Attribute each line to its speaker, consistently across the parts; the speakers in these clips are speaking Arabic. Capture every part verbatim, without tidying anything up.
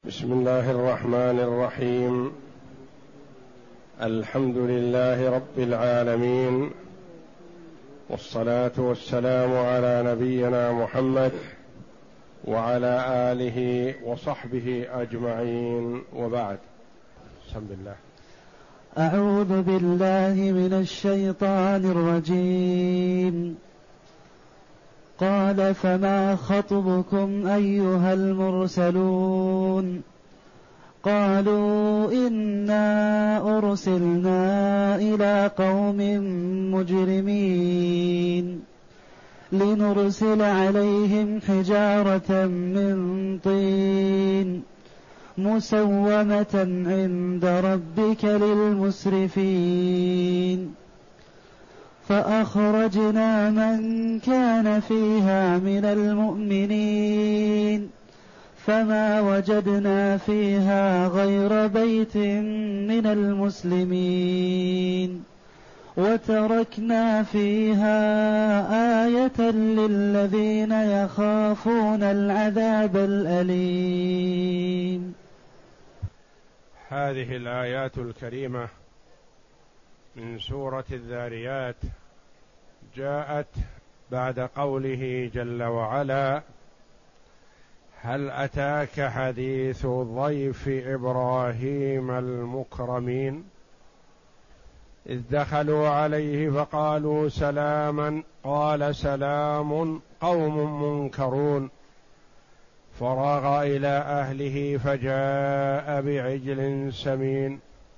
Speaker 1: بسم الله الرحمن الرحيم. الحمد لله رب العالمين، والصلاة والسلام على نبينا محمد وعلى آله وصحبه أجمعين، وبعد. بسم الله.
Speaker 2: أعوذ بالله من الشيطان الرجيم. قال فما خطبكم أيها المرسلون؟ قالوا إنا أرسلنا إلى قوم مجرمين لنرسل عليهم حجارة من طين مسومة عند ربك للمسرفين. فأخرجنا من كان فيها من المؤمنين فما وجدنا فيها غير بيت من المسلمين وتركنا فيها آية للذين يخافون العذاب الأليم.
Speaker 1: هذه الآيات الكريمة من سورة الذاريات جاءت بعد قوله جل وعلا: هل أتاك حديث ضيف إبراهيم المكرمين إذ دخلوا عليه فقالوا سلاما قال سلام قوم منكرون فراغ إلى أهله فجاء بعجل سمين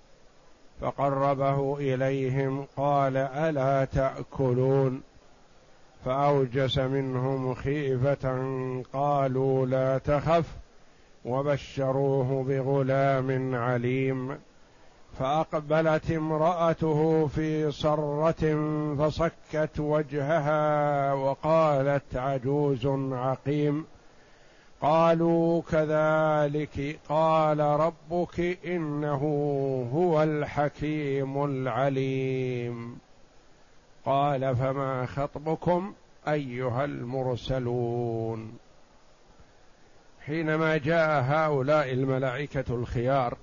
Speaker 1: فقربه إليهم قال ألا تأكلون فأوجس منهم خيفة قالوا لا تخف وبشروه بغلام عليم. فأقبلت امرأته في صرة فصكت وجهها وقالت عجوز عقيم. قالوا كذلك قال ربك إنه هو الحكيم العليم. قال فما خطبكم أيها المرسلون؟ حينما جاء هؤلاء الملائكة الخيار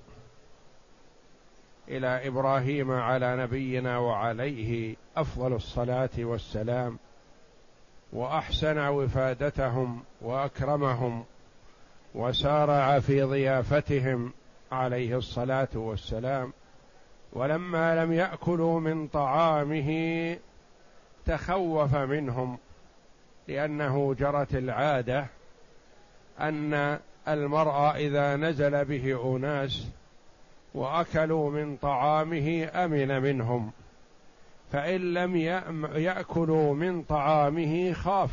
Speaker 1: إلى إبراهيم على نبينا وعليه أفضل الصلاة والسلام، وأحسن وفادتهم وأكرمهم وسارع في ضيافتهم عليه الصلاة والسلام، ولما لم يأكلوا من طعامه تخوف منهم، لأنه جرت العادة أن المرء إذا نزل به أناس وأكلوا من طعامه أمن منهم، فإن لم يأكلوا من طعامه خاف،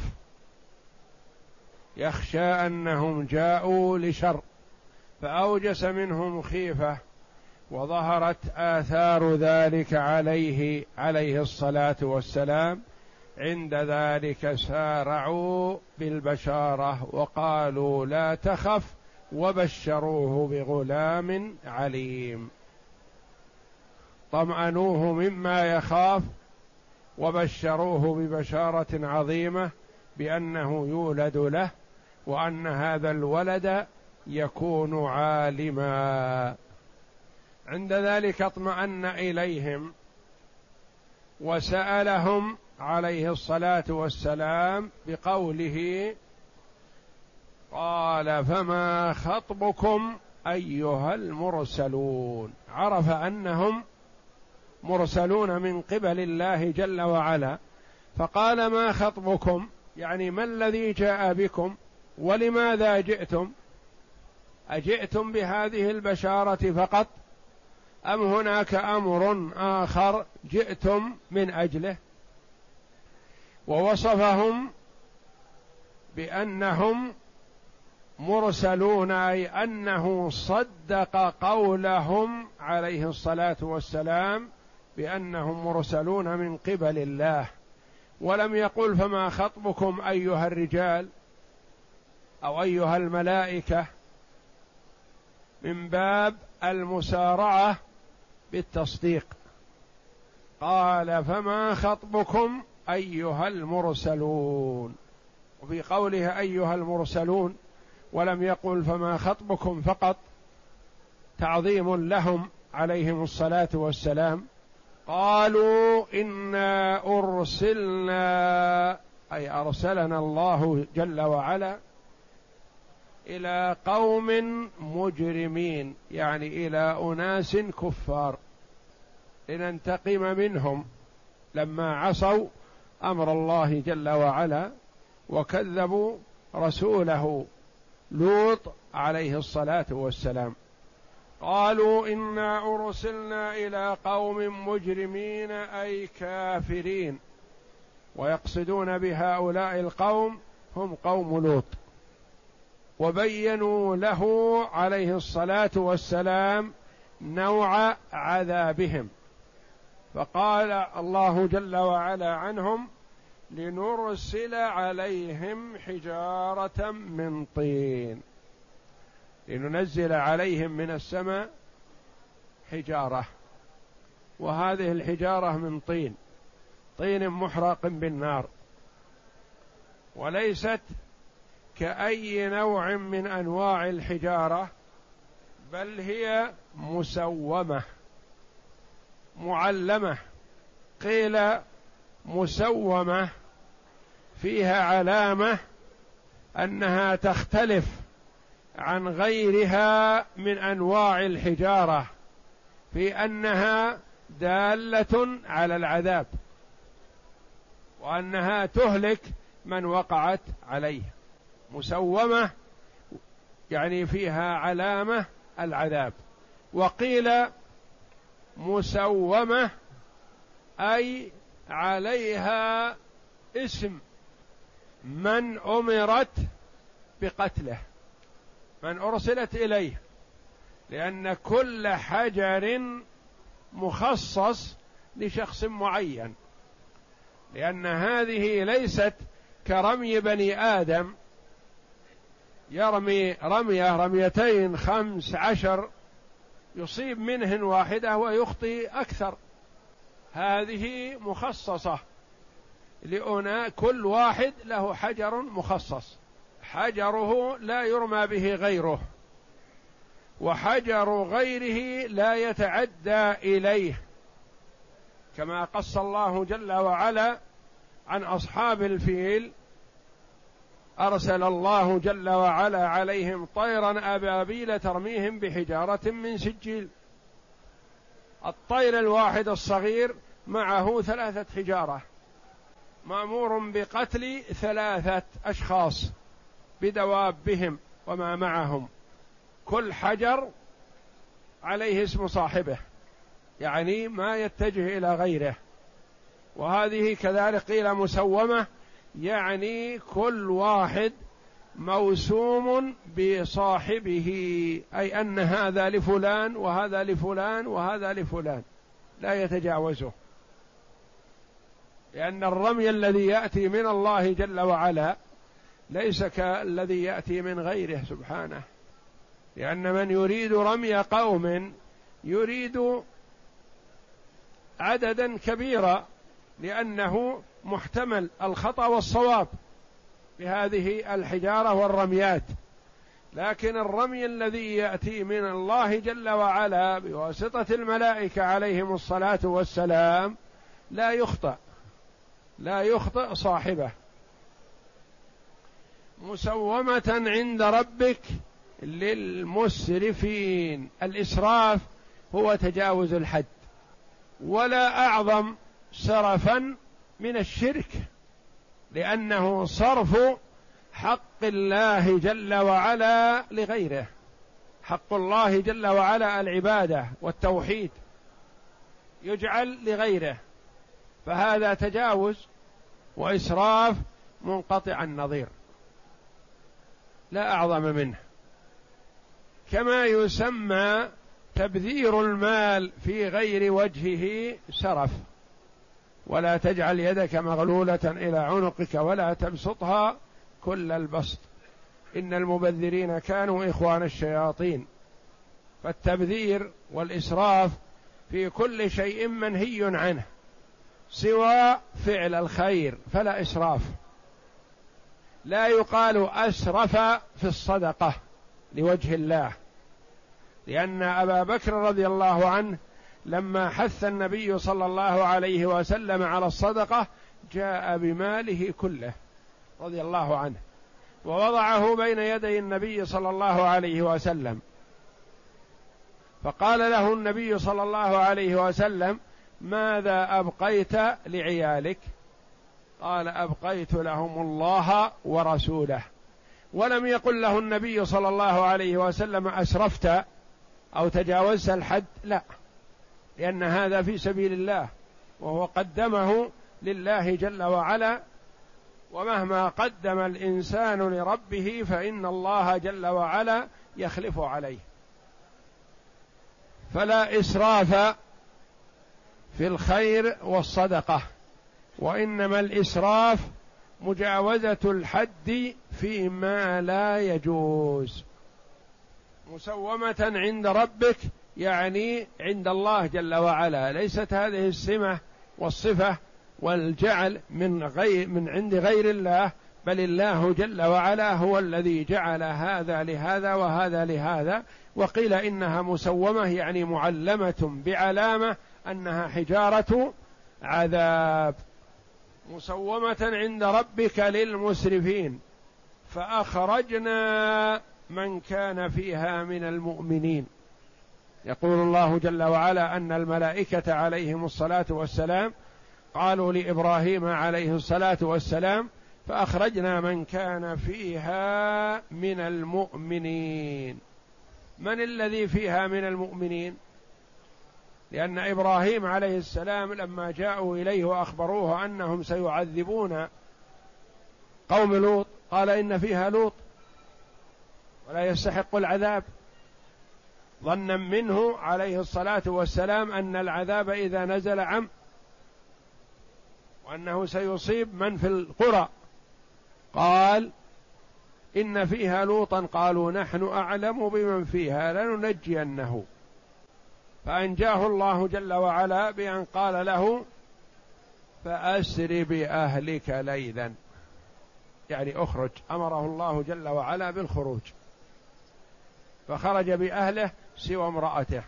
Speaker 1: يخشى أنهم جاءوا لشر، فأوجس منهم خيفة، وظهرت آثار ذلك عليه عليه الصلاة والسلام. عند ذلك سارعوا بالبشارة وقالوا لا تخف وبشروه بغلام عليم. طمأنوه مما يخاف وبشروه ببشارة عظيمة بأنه يولد له، وأن هذا الولد يكون عالما. عند ذلك اطمأن إليهم وسألهم عليه الصلاة والسلام بقوله: قال فما خطبكم أيها المرسلون؟ عرف أنهم مرسلون من قبل الله جل وعلا، فقال ما خطبكم، يعني ما الذي جاء بكم ولماذا جئتم؟ أجئتم بهذه البشارة فقط أم هناك أمر آخر جئتم من أجله؟ ووصفهم بأنهم مرسلون، أي أنه صدق قولهم عليه الصلاة والسلام بأنهم مرسلون من قبل الله، ولم يقل فما خطبكم أيها الرجال أو أيها الملائكة، من باب المسارعة بالتصديق. قال فما خطبكم أيها المرسلون. وفي قوله أيها المرسلون ولم يقل فما خطبكم فقط تعظيم لهم عليهم الصلاة والسلام. قالوا إنا أرسلنا، أي أرسلنا الله جل وعلا إلى قوم مجرمين، يعني إلى أناس كفار، لننتقم منهم لما عصوا أمر الله جل وعلا وكذبوا رسوله لوط عليه الصلاة والسلام. قالوا إنا أرسلنا إلى قوم مجرمين أي كافرين، ويقصدون بهؤلاء القوم هم قوم لوط. وبينوا له عليه الصلاة والسلام نوع عذابهم، فقال الله جل وعلا عنهم لنرسل عليهم حجارة من طين، لننزل عليهم من السماء حجارة، وهذه الحجارة من طين، طين محرق بالنار، وليست كأي نوع من أنواع الحجارة، بل هي مسومة معلمة. قيل مسومة فيها علامة أنها تختلف عن غيرها من أنواع الحجارة في أنها دالة على العذاب، وأنها تهلك من وقعت عليه. مسومة يعني فيها علامة العذاب. وقيل مسومة أي عليها اسم من أمرت بقتله، من أرسلت إليه، لأن كل حجر مخصص لشخص معين، لأن هذه ليست كرمي بني آدم يرمي رمية رميتين خمس عشر يصيب منهن واحدة ويخطي أكثر. هذه مخصصة لأنا، كل واحد له حجر مخصص، حجره لا يرمى به غيره، وحجر غيره لا يتعدى إليه، كما قص الله جل وعلا عن أصحاب الفيل: أرسل الله جل وعلا عليهم طيرا أبابيل ترميهم بحجارة من سجيل. الطير الواحد الصغير معه ثلاثة حجارة، مأمور بقتل ثلاثة أشخاص بدوابهم وما معهم، كل حجر عليه اسم صاحبه، يعني ما يتجه إلى غيره. وهذه كذلك قيل مسومة، يعني كل واحد موسوم بصاحبه، أي أن هذا لفلان وهذا لفلان وهذا لفلان، لا يتجاوزه، لأن الرمي الذي يأتي من الله جل وعلا ليس كالذي يأتي من غيره سبحانه، لأن من يريد رمي قوم يريد عددا كبيرا، لأنه محتمل الخطأ والصواب بهذه الحجارة والرميات. لكن الرمي الذي يأتي من الله جل وعلا بواسطة الملائكة عليهم الصلاة والسلام لا يخطئ، لا يخطئ صاحبه. مسومة عند ربك للمسرفين. الإسراف هو تجاوز الحد، ولا أعظم سرفا من الشرك، لأنه صرف حق الله جل وعلا لغيره. حق الله جل وعلا العبادة والتوحيد يجعل لغيره، فهذا تجاوز وإسراف منقطع النظير لا أعظم منه. كما يسمى تبذير المال في غير وجهه سرف. ولا تجعل يدك مغلولة إلى عنقك ولا تبسطها كل البسط إن المبذرين كانوا إخوان الشياطين. فالتبذير والإسراف في كل شيء منهي عنه سوى فعل الخير فلا إسراف، لا يقال أسرف في الصدقة لوجه الله، لأن أبا بكر رضي الله عنه لما حث النبي صلى الله عليه وسلم على الصدقة جاء بماله كله رضي الله عنه ووضعه بين يدي النبي صلى الله عليه وسلم، فقال له النبي صلى الله عليه وسلم: ماذا أبقيت لعيالك؟ قال: أبقيت لهم الله ورسوله. ولم يقل له النبي صلى الله عليه وسلم: أسرفت أو تجاوزت الحد، لا، لأن هذا في سبيل الله وهو قدمه لله جل وعلا، ومهما قدم الإنسان لربه فإن الله جل وعلا يخلف عليه. فلا إسراف في الخير والصدقة، وإنما الإسراف مجاوزة الحد فيما لا يجوز. مسومة عند ربك يعني عند الله جل وعلا، ليست هذه السمة والصفة والجعل من غير من عند غير الله، بل الله جل وعلا هو الذي جعل هذا لهذا وهذا لهذا. وقيل إنها مسومة يعني معلمة بعلامة أنها حجارة عذاب. مسومة عند ربك للمسرفين فأخرجنا من كان فيها من المؤمنين. يقول الله جل وعلا أن الملائكة عليهم الصلاة والسلام قالوا لإبراهيم عليه الصلاة والسلام: فأخرجنا من كان فيها من المؤمنين. من الذي فيها من المؤمنين؟ لأن إبراهيم عليه السلام لما جاءوا إليه وأخبروه أنهم سيعذبون قوم لوط قال: إن فيها لوط ولا يستحق العذاب، ظنا منه عليه الصلاة والسلام أن العذاب إذا نزل عم، وأنه سيصيب من في القرى. قال: إن فيها لوطا قالوا نحن أعلم بمن فيها لننجينه، فأنجاه الله جل وعلا بأن قال له: فأسر بأهلك ليلا، يعني أخرج، أمره الله جل وعلا بالخروج، فخرج بأهله سوى امرأته.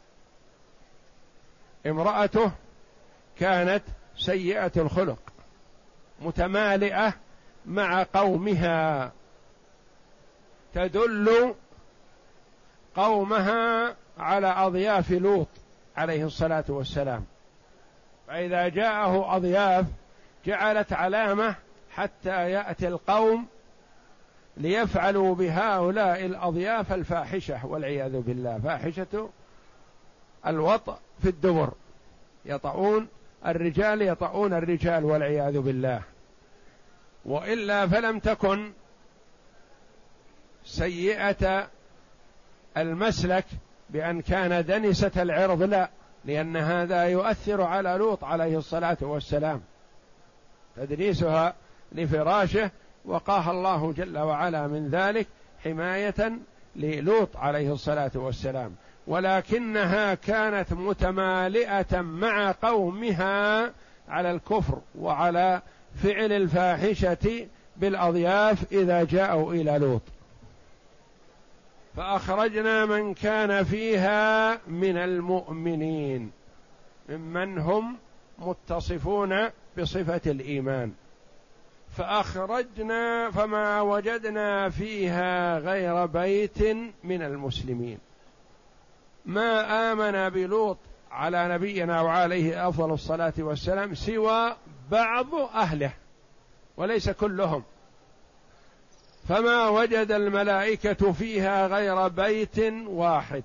Speaker 1: امرأته كانت سيئة الخلق متمالئة مع قومها، تدل قومها على أضياف لوط عليه الصلاة والسلام، فإذا جاءه أضياف جعلت علامة حتى يأتي القوم ليفعلوا بهؤلاء الأضياف الفاحشة والعياذ بالله، فاحشة الوطء في الدبر، يطؤون الرجال يطؤون الرجال والعياذ بالله. وإلا فلم تكن سيئة المسلك بأن كان دنسة العرض، لا، لأن هذا يؤثر على لوط عليه الصلاة والسلام، تدنيسها لفراشه، وقاها الله جل وعلا من ذلك حماية للوط عليه الصلاة والسلام. ولكنها كانت متمالئة مع قومها على الكفر وعلى فعل الفاحشة بالأضياف إذا جاءوا إلى لوط. فأخرجنا من كان فيها من المؤمنين ممن هم متصفون بصفة الإيمان. فأخرجنا فما وجدنا فيها غير بيت من المسلمين. ما آمن بلوط على نبينا وعليه أفضل الصلاة والسلام سوى بعض أهله وليس كلهم، فما وجد الملائكة فيها غير بيت واحد.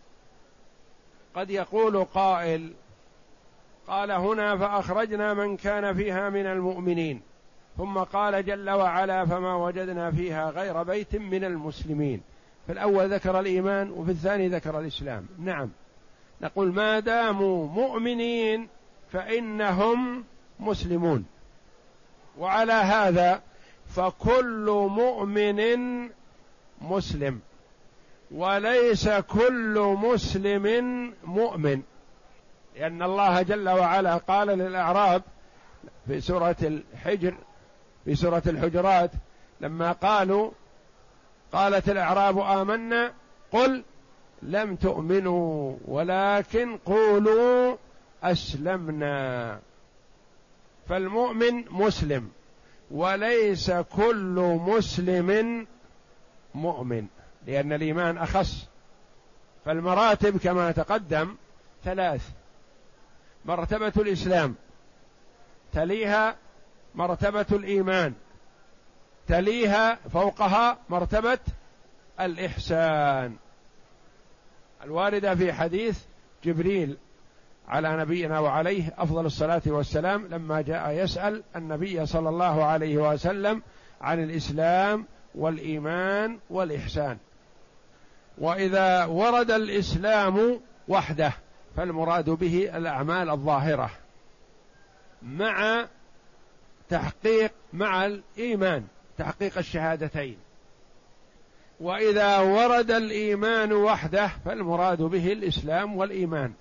Speaker 1: قد يقول قائل: قال هنا فأخرجنا من كان فيها من المؤمنين، ثم قال جل وعلا فما وجدنا فيها غير بيت من المسلمين، في الأول ذكر الإيمان وفي الثاني ذكر الإسلام. نعم، نقول ما داموا مؤمنين فإنهم مسلمون، وعلى هذا فكل مؤمن مسلم، وليس كل مسلم مؤمن، لأن الله جل وعلا قال للأعراب في سورة الحجر في سورة الحجرات: لما قالوا قالت الأعراب آمنا قل لم تؤمنوا ولكن قولوا أسلمنا. فالمؤمن مسلم، وليس كل مسلم مؤمن، لأن الإيمان أخص. فالمراتب كما تقدم ثلاث: مرتبة الإسلام، تليها مرتبة الإيمان، تليها فوقها مرتبة الإحسان، الواردة في حديث جبريل على نبينا وعليه أفضل الصلاة والسلام لما جاء يسأل النبي صلى الله عليه وسلم عن الإسلام والإيمان والإحسان. وإذا ورد الإسلام وحده فالمراد به الأعمال الظاهرة مع تحقيق مع الإيمان، تحقيق الشهادتين. وإذا ورد الإيمان وحده فالمراد به الإسلام والإيمان.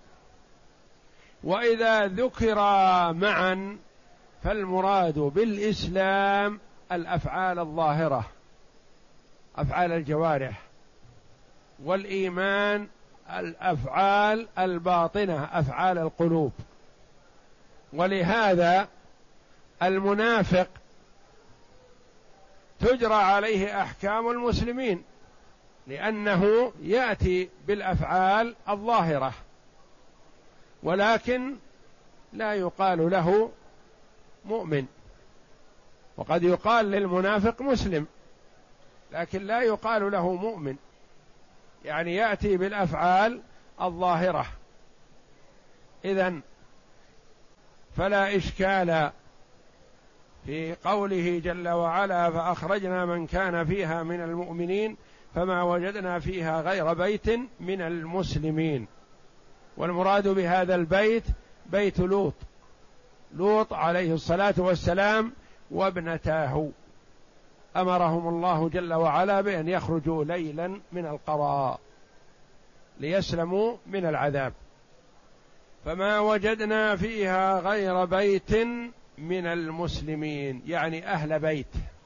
Speaker 1: وإذا ذكرا معا فالمراد بالإسلام الأفعال الظاهرة، أفعال الجوارح، والإيمان الأفعال الباطنة، أفعال القلوب. ولهذا المنافق تجرى عليه أحكام المسلمين، لأنه يأتي بالأفعال الظاهرة، ولكن لا يقال له مؤمن. وقد يقال للمنافق مسلم لكن لا يقال له مؤمن، يعني يأتي بالأفعال الظاهرة. إذن فلا إشكال في قوله جل وعلا: فأخرجنا من كان فيها من المؤمنين فما وجدنا فيها غير بيت من المسلمين. والمراد بهذا البيت بيت لوط، لوط عليه الصلاة والسلام وابنتاه، أمرهم الله جل وعلا بأن يخرجوا ليلا من القرى ليسلموا من العذاب. فما وجدنا فيها غير بيت من المسلمين، يعني أهل بيت،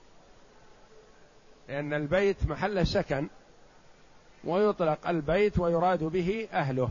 Speaker 1: لأن البيت محل سكن، ويطلق البيت ويراد به أهله.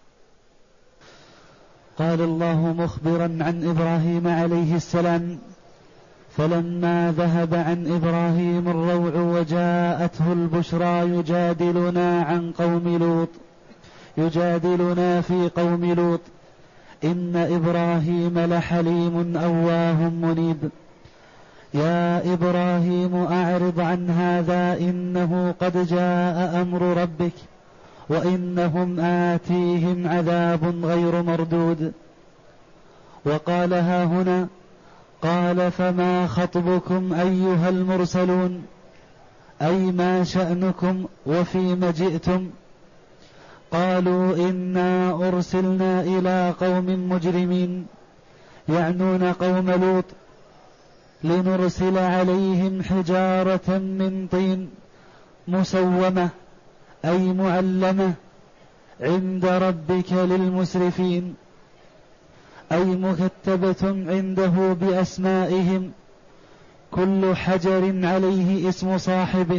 Speaker 2: قال الله مخبرا عن إبراهيم عليه السلام: فلما ذهب عن إبراهيم الروع وجاءته البشرى يجادلنا عن قوم لوط يجادلنا في قوم لوط إن إبراهيم لحليم أواه منيب. يا إبراهيم أعرض عن هذا إنه قد جاء أمر ربك وإنهم آتيهم عذاب غير مردود. وقال ها هنا: قال فما خطبكم أيها المرسلون، أي ما شأنكم وفيم جئتم؟ قالوا إنا أرسلنا إلى قوم مجرمين، يعنون قوم لوط، لنرسل عليهم حجارة من طين مسومة أي معلمة عند ربك للمسرفين، أي مكتبة عنده بأسمائهم، كل حجر عليه اسم صاحبه.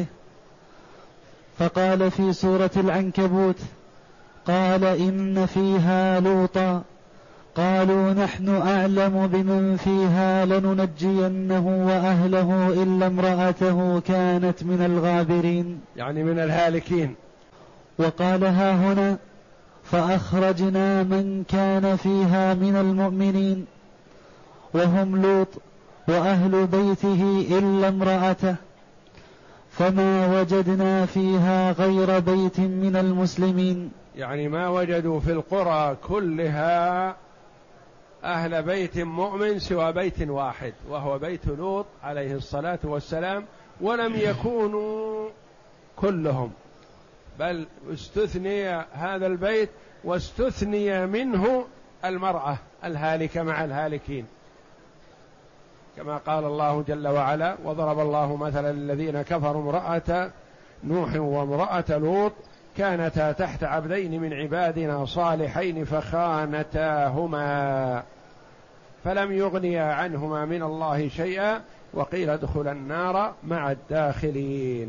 Speaker 2: فقال في سورة العنكبوت: قال إن فيها لوطا قالوا نحن أعلم بمن فيها لننجينه وأهله إلا امرأته كانت من الغابرين،
Speaker 1: يعني من الهالكين.
Speaker 2: وقال ها هنا: فأخرجنا من كان فيها من المؤمنين وهم لوط وأهل بيته إلا امرأته، فما وجدنا فيها غير بيت من المسلمين.
Speaker 1: يعني ما وجدوا في القرى كلها أهل بيت مؤمن سوى بيت واحد، وهو بيت لوط عليه الصلاة والسلام، ولم يكونوا كلهم، بل استثني هذا البيت واستثني منه المرأة الهالكة مع الهالكين، كما قال الله جل وعلا: وضرب الله مثلا الذين كفروا امرأة نوح وامرأة لوط كانتا تحت عبدين من عبادنا صالحين فخانتاهما فلم يغنيا عنهما من الله شيئا وقيل ادخلا النار مع الداخلين.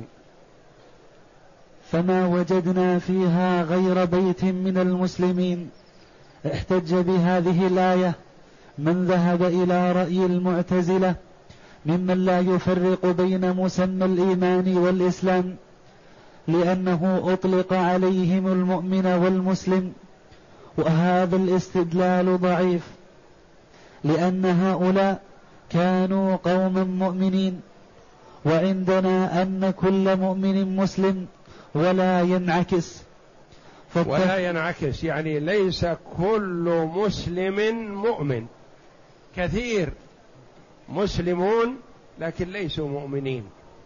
Speaker 2: فما وجدنا فيها غير بيت من المسلمين. احتج بهذه الآية من ذهب إلى رأي المعتزلة ممن لا يفرق بين مسمى الإيمان والإسلام، لأنه أطلق عليهم المؤمن والمسلم، وهذا الاستدلال ضعيف، لأن هؤلاء كانوا قوما مؤمنين، وعندنا أن كل مؤمن مسلم ولا ينعكس.
Speaker 1: ولا ينعكس يعني ليس كل مسلم مؤمن، كثير مسلمون لكن ليسوا مؤمنين،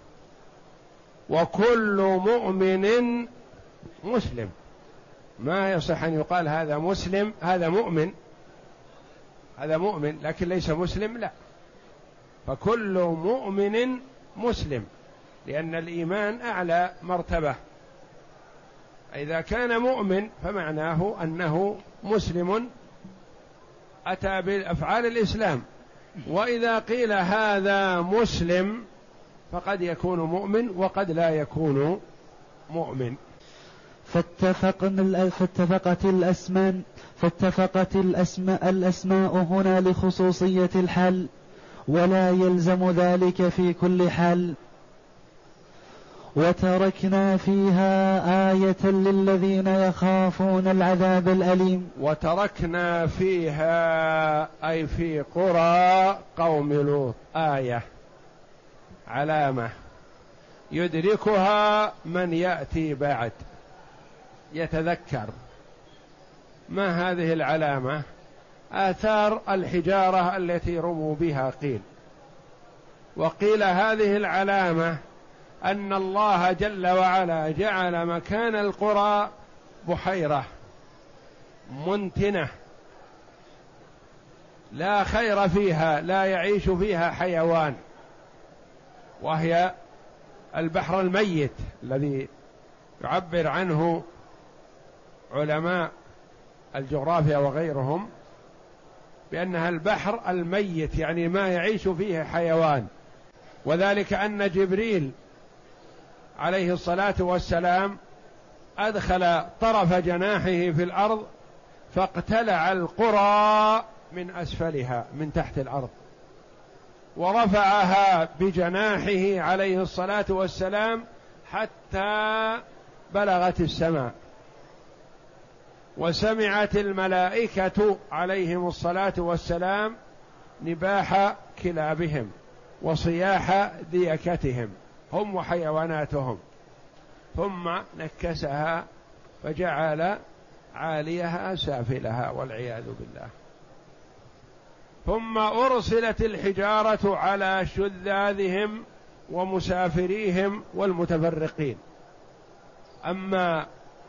Speaker 1: وكل مؤمن مسلم. ما يصح أن يقال هذا مسلم هذا مؤمن هذا مؤمن لكن ليس مسلم، لا، فكل مؤمن مسلم، لأن الإيمان أعلى مرتبة. إذا كان مؤمن فمعناه أنه مسلم أتى بأفعال الإسلام، وإذا قيل هذا مسلم فقد يكون مؤمن وقد لا يكون مؤمن.
Speaker 2: فاتفقن فاتفقت الأسماء فاتفقت الأسماء الأسماء هنا لخصوصية الحال، ولا يلزم ذلك في كل حال. وتركنا فيها آية للذين يخافون العذاب الأليم.
Speaker 1: وتركنا فيها أي في قرى قوم لوط آية، علامة يدركها من يأتي بعد يتذكر. ما هذه العلامة؟ آثار الحجارة التي رموا بها قيل، وقيل هذه العلامة أن الله جل وعلا جعل مكان القرى بحيرة منتنة لا خير فيها، لا يعيش فيها حيوان، وهي البحر الميت الذي يعبر عنه علماء الجغرافيا وغيرهم بأنها البحر الميت، يعني ما يعيش فيه حيوان. وذلك أن جبريل عليه الصلاة والسلام أدخل طرف جناحه في الأرض فاقتلع القرى من أسفلها من تحت الأرض، ورفعها بجناحه عليه الصلاة والسلام حتى بلغت السماء، وسمعت الملائكة عليهم الصلاة والسلام نباح كلابهم وصياح ديكتهم هم وحيواناتهم، ثم نكسها فجعل عاليها سافلها والعياذ بالله. ثم أرسلت الحجارة على شذاذهم ومسافريهم والمتفرقين. أما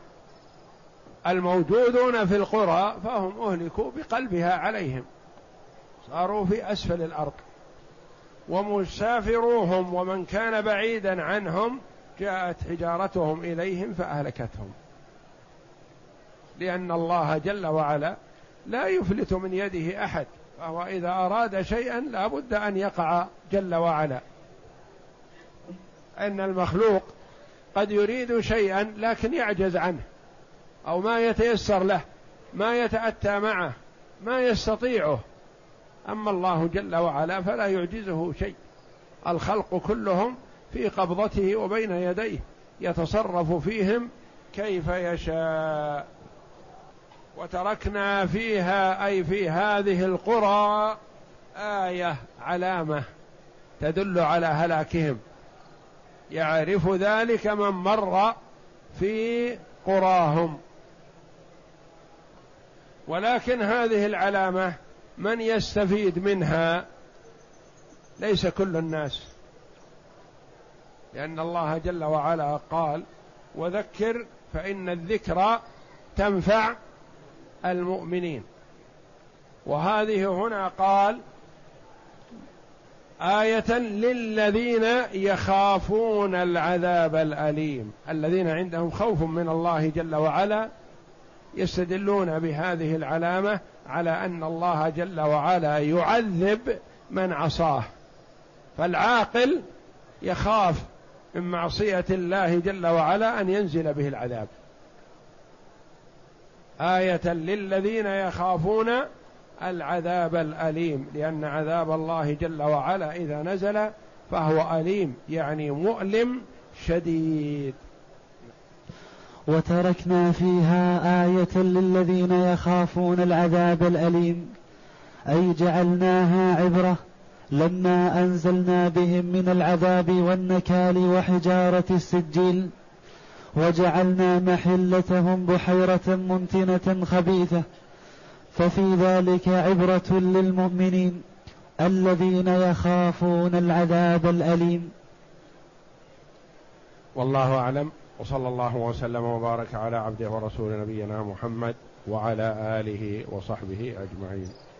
Speaker 1: الموجودون في القرى فهم أهلكوا بقلبها عليهم، صاروا في أسفل الأرض، ومسافروهم ومن كان بعيدا عنهم جاءت حجارتهم إليهم فأهلكتهم، لأن الله جل وعلا لا يفلت من يده أحد، فهو إذا أراد شيئا لا بد أن يقع جل وعلا. أن المخلوق قد يريد شيئا لكن يعجز عنه، أو ما يتيسر له، ما يتأتى معه، ما يستطيعه. أما الله جل وعلا فلا يعجزه شيء، الخلق كلهم في قبضته وبين يديه يتصرف فيهم كيف يشاء. وتركنا فيها أي في هذه القرى آية، علامة تدل على هلاكهم، يعرف ذلك من مر في قراهم. ولكن هذه العلامة من يستفيد منها؟ ليس كل الناس، لأن الله جل وعلا قال وذكر فإن الذكرى تنفع المؤمنين. وهذه هنا قال آية للذين يخافون العذاب الأليم، الذين عندهم خوف من الله جل وعلا يستدلون بهذه العلامة على أن الله جل وعلا يعذب من عصاه، فالعاقل يخاف من معصية الله جل وعلا أن ينزل به العذاب. آية للذين يخافون العذاب الأليم، لأن عذاب الله جل وعلا إذا نزل فهو أليم، يعني مؤلم شديد.
Speaker 2: وتركنا فيها آية للذين يخافون العذاب الأليم، أي جعلناها عبرة لما أنزلنا بهم من العذاب والنكال وحجارة السجيل، وجعلنا محلتهم بحيرة منتنة خبيثة، ففي ذلك عبرة للمؤمنين الذين يخافون العذاب الأليم.
Speaker 1: والله أعلم، وصلى الله وسلم وبارك على عبده ورسول نبينا محمد وعلى آله وصحبه أجمعين.